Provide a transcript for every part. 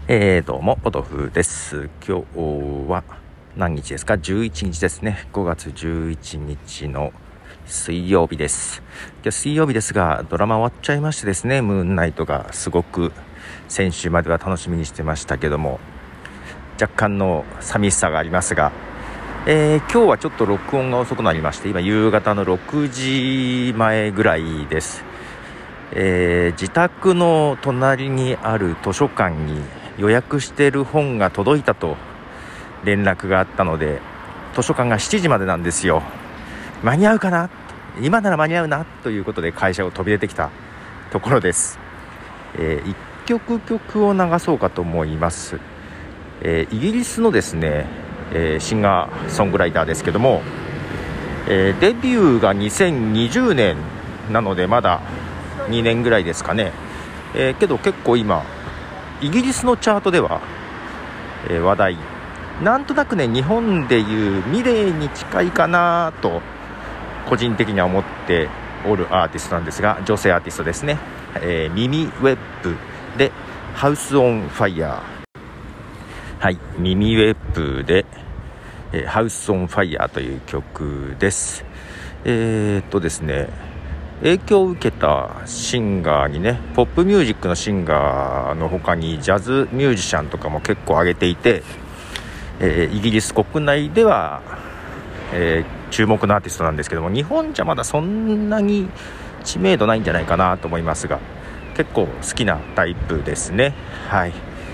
どうもポトフです。今日は何日ですか？11日ですね。5月11日の水曜日です。今日水曜日ですが、ドラマ終わっちゃいましてですね、ムーンナイトがすごく先週までは楽しみにしてましたけども、若干の寂しさがありますが、今日はちょっと録音が遅くなりまして、今夕方の6時前ぐらいです。自宅の隣にある図書館に予約している本が届いたと連絡があったので、図書館が7時までなんですよ。間に合うかな、今なら間に合うなということで会社を飛び出てきたところです。1曲を流そうかと思います。イギリスのですね、シンガーソングライターですけども、デビューが2020年なのでまだ2年ぐらいですかね。けど結構今イギリスのチャートでは、話題、なんとなくね、日本でいうミレイに近いかなと個人的には思っておるアーティストなんですが、女性アーティストですね。ミミウェッブでハウスオンファイヤー。はい、ミミウェッブで、ハウスオンファイヤーという曲です。ですね、影響を受けたシンガーにね、ポップミュージックのシンガーの他にジャズミュージシャンとかも結構上げていて、イギリス国内では、注目のアーティストなんですけども、日本じゃまだそんなに知名度ないんじゃないかなと思いますが、結構好きなタイプですね。はい。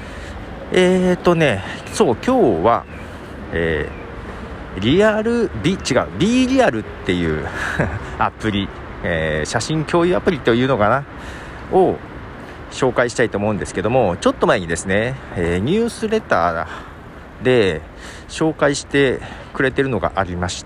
そう、今日は、リアル B リアルっていうアプリ、写真共有アプリというのかなを紹介したいと思うんですけども、ちょっと前にですね、ニュースレターで紹介してくれてるのがありまして、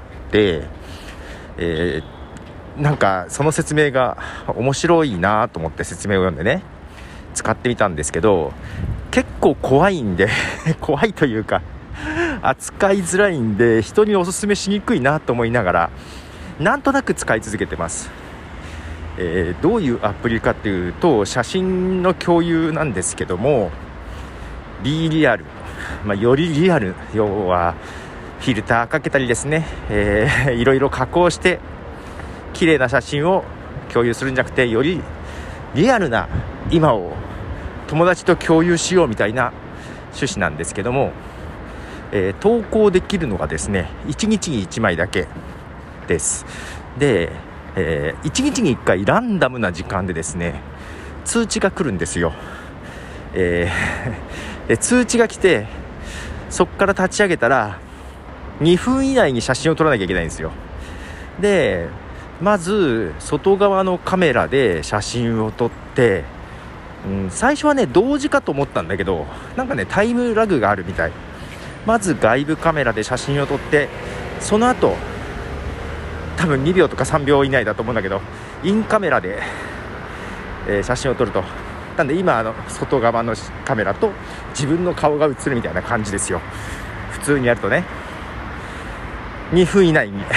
なんかその説明が面白いなと思って説明を読んでね、使ってみたんですけど、結構怖いんで怖いというか扱いづらいんで、人におすすめしにくいなと思いながらなんとなく使い続けてます。どういうアプリかというと、写真の共有なんですけども、 B リアル、よりリアル、要はフィルターかけたりですね、いろいろ加工して綺麗な写真を共有するんじゃなくて、よりリアルな今を友達と共有しようみたいな趣旨なんですけども、投稿できるのがですね、1日に1枚だけです。で、1日に1回ランダムな時間でですね、通知が来るんですよ。で通知が来て、そこから立ち上げたら2分以内に写真を撮らなきゃいけないんですよ。で、まず外側のカメラで写真を撮って、最初はね同時かと思ったんだけど、なんかねタイムラグがあるみたい。まず外部カメラで写真を撮って、その後多分2秒とか3秒以内だと思うんだけど、インカメラで、写真を撮ると。なんで今外側のカメラと自分の顔が映るみたいな感じですよ。普通にやるとね、2分以内に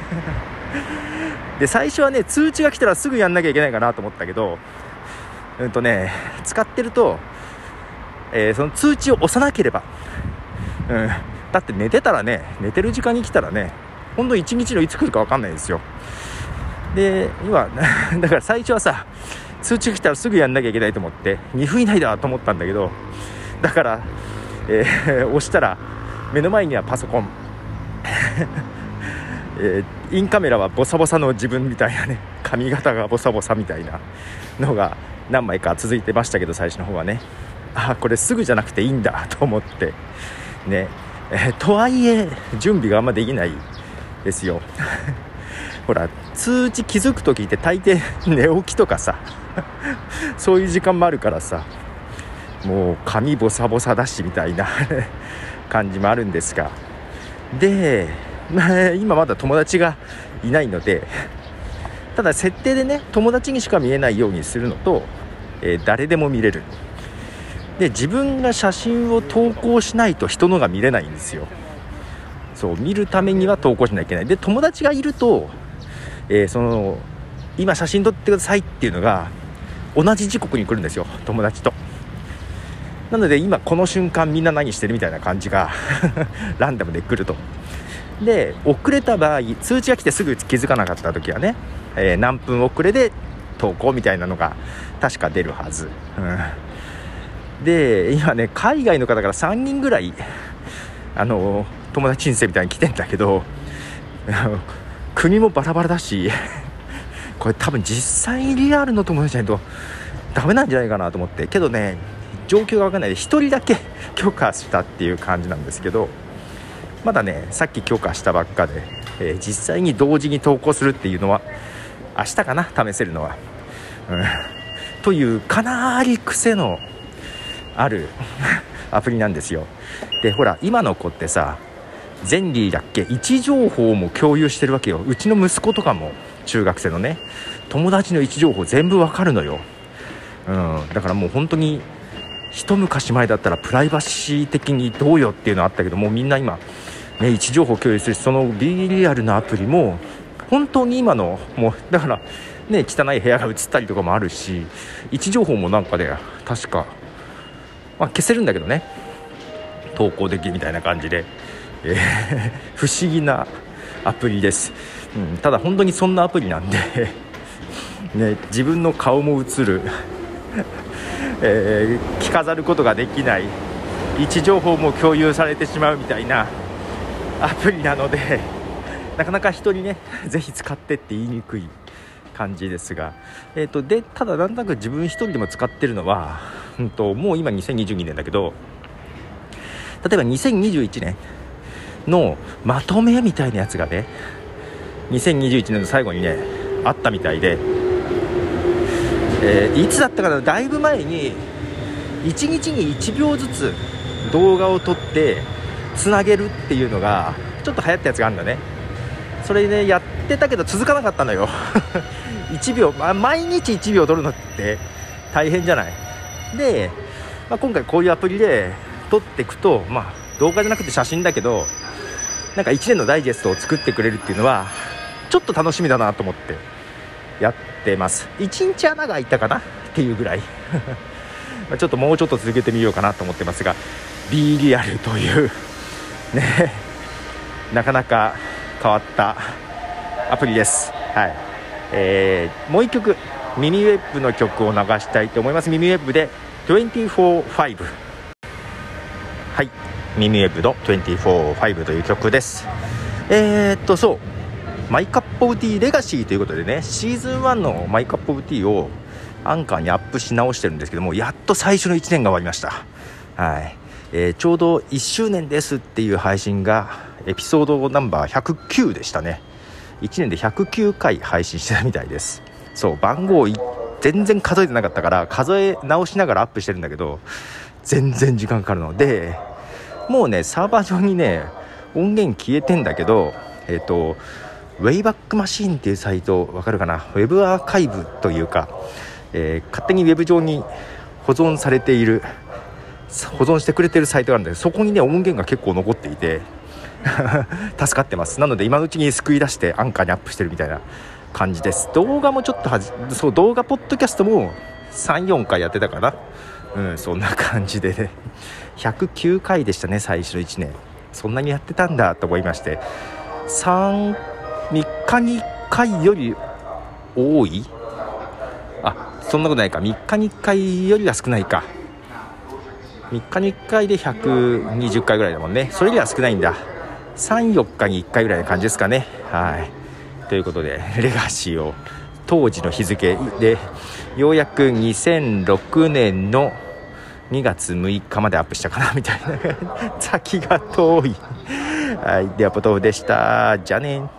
で、最初はね通知が来たらすぐやんなきゃいけないかなと思ったけど、使ってると、その通知を押さなければ、だって寝てる時間に来たらね、本当に1日のいつ来るか分かんないですよ。で、今だから最初はさ、通知が来たらすぐやんなきゃいけないと思って2分以内だと思ったんだけど、だから、押したら目の前にはパソコンインカメラはボサボサの自分みたいなね、髪型がボサボサみたいなのが何枚か続いてましたけど、最初の方はね、これすぐじゃなくていいんだと思ってね、とはいえ準備があんまできないですよほら、通知気づくときって大抵寝起きとかさそういう時間もあるからさ、もう髪ボサボサだしみたいな感じもあるんですが、で、今まだ友達がいないので、ただ設定でね友達にしか見えないようにするのと、誰でも見れる。で、自分が写真を投稿しないと人のが見れないんですよ。そう、見るためには投稿しなきゃいけない。で、友達がいると、今写真撮ってくださいっていうのが同じ時刻に来るんですよ、友達と。 なので今この瞬間みんな何してるみたいな感じがランダムで来ると。で遅れた場合、通知が来てすぐ気づかなかった時はね、何分遅れで投稿みたいなのが確か出るはず、で今ね海外の方から3人ぐらい友達申請みたいに来てんだけど国もバラバラだしこれ多分実際リアルの友達じゃないとダメなんじゃないかなと思って、けどね状況が分かんないで1人だけ許可したっていう感じなんですけど、まだねさっき許可したばっかで、実際に同時に投稿するっていうのは明日かな、試せるのは、というかなり癖のあるアプリなんですよ。でほら今の子ってさ、ゼンリーだっけ、位置情報も共有してるわけよ。うちの息子とかも中学生のね友達の位置情報全部わかるのよ、だからもう本当に一昔前だったらプライバシー的にどうよっていうのあったけど、もうみんな今ね位置情報共有するし、その B リアルのアプリも本当に今のもうだからね汚い部屋が映ったりとかもあるし、位置情報もなんかで確か、消せるんだけどね投稿できるみたいな感じで、不思議なアプリです、ただ本当にそんなアプリなんでね、自分の顔も映る着飾ることができない、位置情報も共有されてしまうみたいなアプリなので、なかなか人にねぜひ使ってって言いにくい感じですが、でただなんとなく自分一人でも使ってるのは、もう今2022年だけど、例えば2021年のまとめみたいなやつがね2021年の最後にねあったみたいで、いつだったかな、だいぶ前に1日に1秒ずつ動画を撮ってつなげるっていうのがちょっと流行ったやつがあるんだね。それで、ね、やってたけど続かなかったのよ1秒、毎日1秒撮るのって大変じゃない。で、今回こういうアプリで撮っていくと、動画じゃなくて写真だけどなんか1年のダイジェストを作ってくれるっていうのはちょっと楽しみだなと思ってやってます。1日穴が開いたかなっていうぐらいちょっともうちょっと続けてみようかなと思ってますが、 B リアルというねなかなか変わったアプリです。もう一曲ミミウェブの曲を流したいと思います。ミミウェブで24/5、ミミウェブの24/5という曲です。そうマイカップオブティーレガシーということでね、シーズン1のマイカップオブティーをアンカーにアップし直してるんですけども、やっと最初の1年が終わりました。ちょうど1周年ですっていう配信がエピソードナンバー109でしたね。1年で109回配信してたみたいです。そう番号全然数えてなかったから数え直しながらアップしてるんだけど、全然時間かかるので、もうねサーバー上にね音源消えてんだけど、ウェイバックマシーンっていうサイトわかるかな、ウェブアーカイブというか、勝手にウェブ上に保存してくれてるサイトがあるんだけど、そこにね音源が結構残っていて助かってます。なので今のうちに救い出してアンカーにアップしてるみたいな感じです。動画もちょっと動画ポッドキャストも 3,4 回やってたかな、そんな感じでね109回でしたね最初の1年。そんなにやってたんだと思いまして、3日に1回より多い、そんなことないか、3日に1回よりは少ないか、3日に1回で120回ぐらいだもんね。それよりは少ないんだ。3、4日に1回ぐらいの感じですかね。ということでレガシーを当時の日付でようやく2006年の2月6日までアップしたかなみたいな先が遠い。ではポトフでした。じゃあね。